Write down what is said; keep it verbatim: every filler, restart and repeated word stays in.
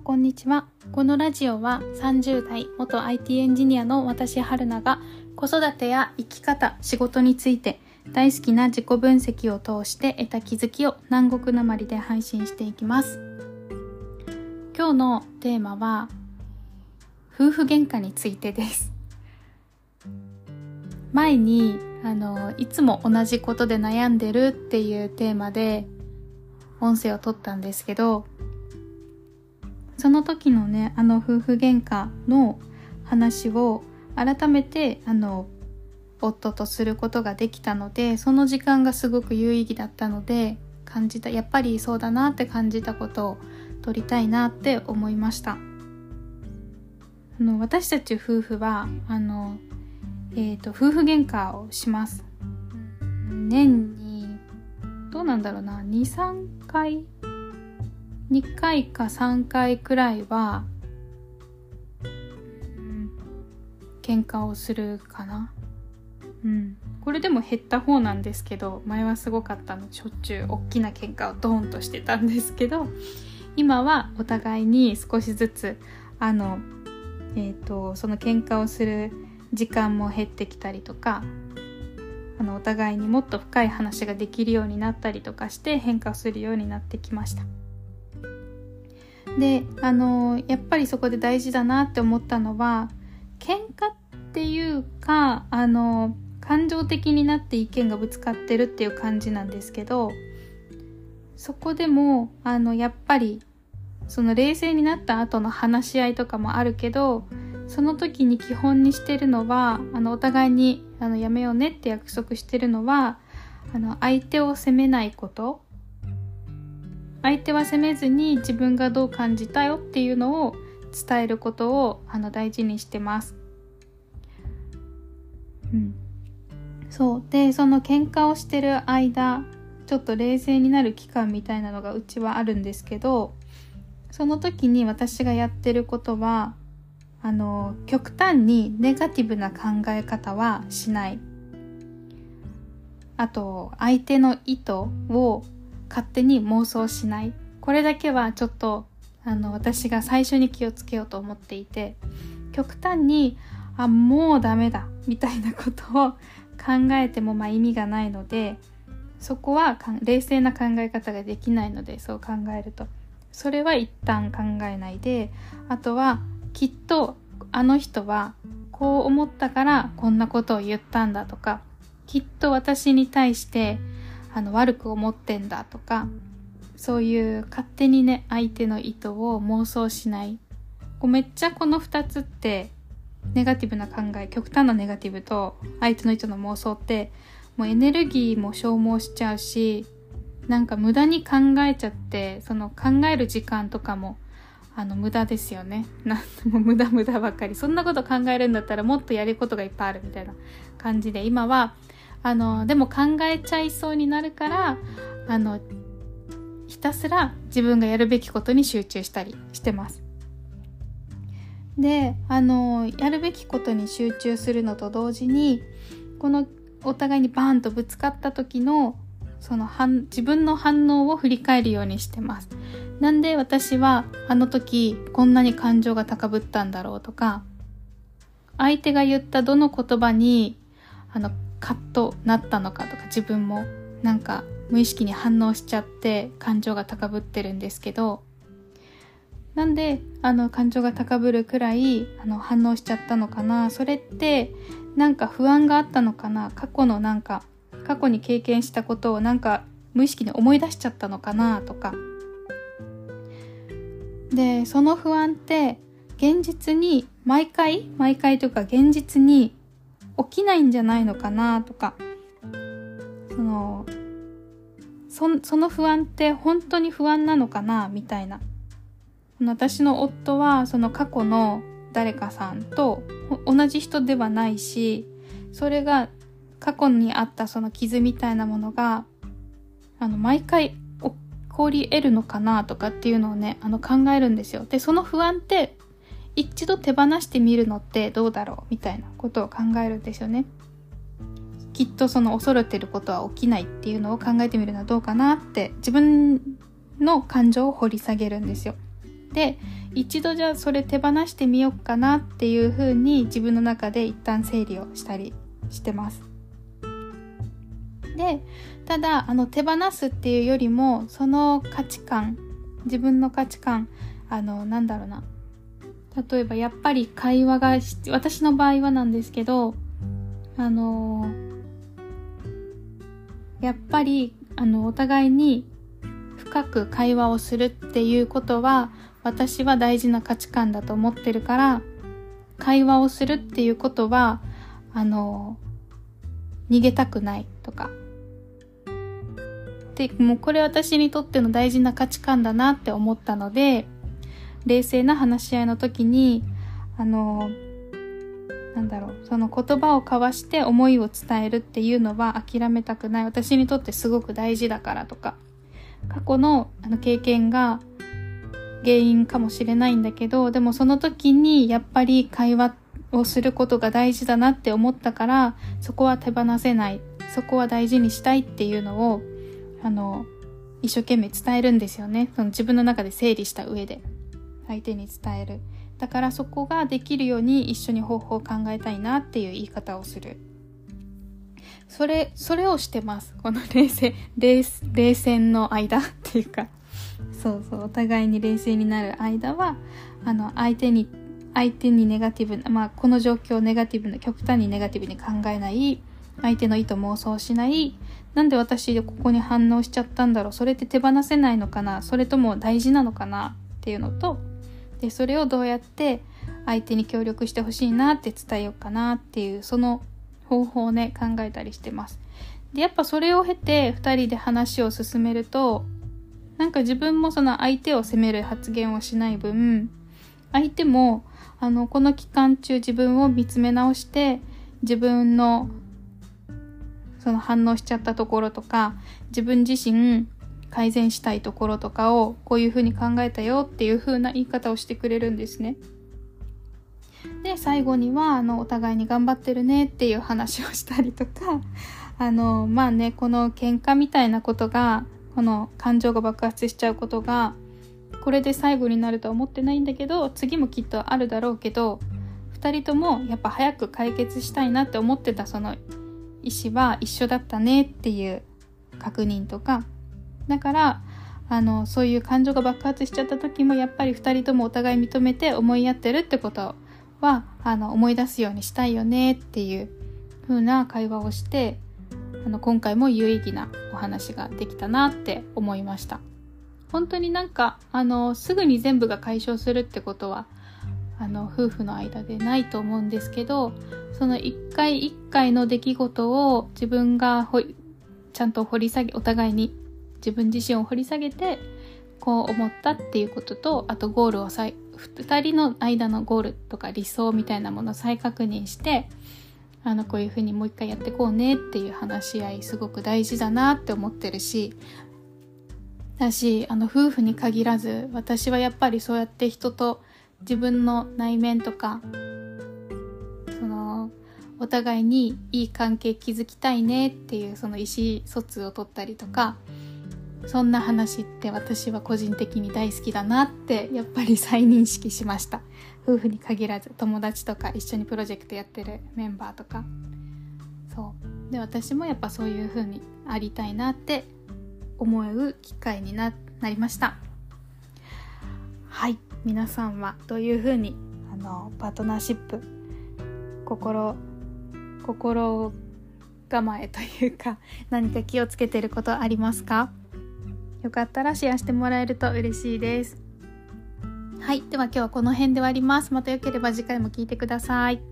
んこんにちは。このラジオはさんじゅう代元 アイティー エンジニアの私春菜が子育てや生き方、仕事について大好きな自己分析を通して得た気づきを南国なまりで配信していきます。今日のテーマは夫婦喧嘩についてです。前にあのいつも同じことで悩んでるっていうテーマで音声を撮ったんですけど、その時のねあの夫婦喧嘩の話を改めてあの夫とすることができたので、その時間がすごく有意義だったので感じたやっぱりそうだなって感じたことを撮りたいなって思いました。あの私たち夫婦はあの、えーと、夫婦喧嘩をします。年にどうなんだろうな にさんかいにかいかさんかいくらいは、うん、喧嘩をするかな。うん、これでも減った方なんですけど、前はすごかったの。しょっちゅう大きな喧嘩をドーンとしてたんですけど、今はお互いに少しずつあの、えーと、その喧嘩をする時間も減ってきたりとか、あのお互いにもっと深い話ができるようになったりとかして変化するようになってきました。で、あのやっぱりそこで大事だなって思ったのは、喧嘩っていうかあの感情的になって意見がぶつかってるっていう感じなんですけど、そこでもあのやっぱりその冷静になった後の話し合いとかもあるけど、その時に基本にしてるのはあのお互いにあのやめようねって約束してるのは、あの相手を責めないこと、相手は責めずに自分がどう感じたよっていうのを伝えることをあの大事にしてます。うん、そうで、その喧嘩をしてる間、ちょっと冷静になる期間みたいなのがうちはあるんですけど、その時に私がやってることは、あの極端にネガティブな考え方はしない。あと相手の意図を勝手に妄想しない。これだけはちょっとあの私が最初に気をつけようと思っていて、極端にあもうダメだみたいなことを考えてもまあ意味がないので、そこは冷静な考え方ができないので、そう考えるとそれは一旦考えないで、あとはきっとあの人はこう思ったからこんなことを言ったんだとか、きっと私に対してあの悪く思ってんだとか、そういう勝手にね相手の意図を妄想しない。こうめっちゃこのふたつってネガティブな考え、極端なネガティブと相手の意図の妄想ってもうエネルギーも消耗しちゃうし、なんか無駄に考えちゃって、その考える時間とかもあの無駄ですよね。なんも無駄無駄ばっかり。そんなこと考えるんだったらもっとやることがいっぱいあるみたいな感じで、今はあのでも考えちゃいそうになるから、あのひたすら自分がやるべきことに集中したりしてます。で、あのやるべきことに集中するのと同時に、このお互いにバーンとぶつかった時のその反自分の反応を振り返るようにしてます。なんで私はあの時こんなに感情が高ぶったんだろうとか、相手が言ったどの言葉にあのカッとなったのかとか、自分もなんか無意識に反応しちゃって感情が高ぶってるんですけど、なんであの感情が高ぶるくらいあの反応しちゃったのかな、それってなんか不安があったのかな、過去のなんか過去に経験したことをなんか無意識に思い出しちゃったのかなとかで、その不安って現実に毎回毎回というか現実に起きないんじゃないのかなとか、その そ, その不安って本当に不安なのかなみたいな。私の夫はその過去の誰かさんと同じ人ではないし、それが過去にあったその傷みたいなものがあの毎回起こり得るのかなとかっていうのをねあの考えるんですよ。で、その不安って一度手放してみるのってどうだろうみたいなことを考えるんですよね。きっとその恐れてることは起きないっていうのを考えてみるのはどうかなって、自分の感情を掘り下げるんですよ。 で一度じゃあそれ手放してみようかなっていう風に自分の中で一旦整理をしたりしてます。でただあの手放すっていうよりもその価値観、自分の価値観、あのなんだろうな、例えばやっぱり会話が、私の場合はなんですけど、あのやっぱりあのお互いに深く会話をするっていうことは私は大事な価値観だと思ってるから、会話をするっていうことはあの逃げたくないとかで、もうこれ私にとっての大事な価値観だなって思ったので、冷静な話し合いの時にあのなんだろう、その言葉を交わして思いを伝えるっていうのは諦めたくない、私にとってすごく大事だからとか、過去のあの経験が原因かもしれないんだけど、でもその時にやっぱり会話をすることが大事だなって思ったから、そこは手放せない、そこは大事にしたいっていうのをあの一生懸命伝えるんですよね。その自分の中で整理した上で相手に伝える。だからそこができるように一緒に方法を考えたいなっていう言い方をする。それそれをしてます。この冷静冷冷戦の間っていうか、そうそう、お互いに冷静になる間はあの相手に相手にネガティブな、まあこの状況をネガティブな、極端にネガティブに考えない、相手の意図妄想しない、なんで私ここに反応しちゃったんだろう、それって手放せないのかな、それとも大事なのかなっていうのと、でそれをどうやって相手に協力してほしいなって伝えようかなっていう、その方法をね考えたりしてます。でやっぱそれを経てふたりで話を進めると、なんか自分もその相手を責める発言をしない分、相手もあのこの期間中自分を見つめ直して、自分のその反応しちゃったところとか、自分自身改善したいところとかをこういうふうに考えたよっていうふうな言い方をしてくれるんですね。で最後にはあのお互いに頑張ってるねっていう話をしたりとか、あのまあね、この喧嘩みたいなことが、この感情が爆発しちゃうことがこれで最後になるとは思ってないんだけど、次もきっとあるだろうけど、ふたりともやっぱ早く解決したいなって思ってたその意思は一緒だったねっていう確認とか、だからあのそういう感情が爆発しちゃった時もやっぱりふたりともお互い認めて思いやってるってことはあの思い出すようにしたいよねっていう風な会話をして、あの今回も有意義なお話ができたなって思いました。本当になんかあのすぐに全部が解消するってことはあの夫婦の間でないと思うんですけど、その一回一回の出来事を自分がほちゃんと掘り下げ、お互いに自分自身を掘り下げてこう思ったっていうことと、あとゴールを再ふたりの間のゴールとか理想みたいなものを再確認して、あのこういうふうにもう一回やってこうねっていう話し合いすごく大事だなって思ってるし、だしあの夫婦に限らず私はやっぱりそうやって人と自分の内面とか、そのお互いにいい関係築きたいねっていうその意思疎通を取ったりとか、そんな話って私は個人的に大好きだなってやっぱり再認識しました。夫婦に限らず友達とか一緒にプロジェクトやってるメンバーとか、そうで私もやっぱそういう風にありたいなって思う機会に な, なりました。はい、皆さんはどういう風にあのパートナーシップ心心構えというか何か気をつけてることありますか？よかったらシェアしてもらえると嬉しいです。はい、では今日はこの辺で終わります。またよければ次回も聞いてください。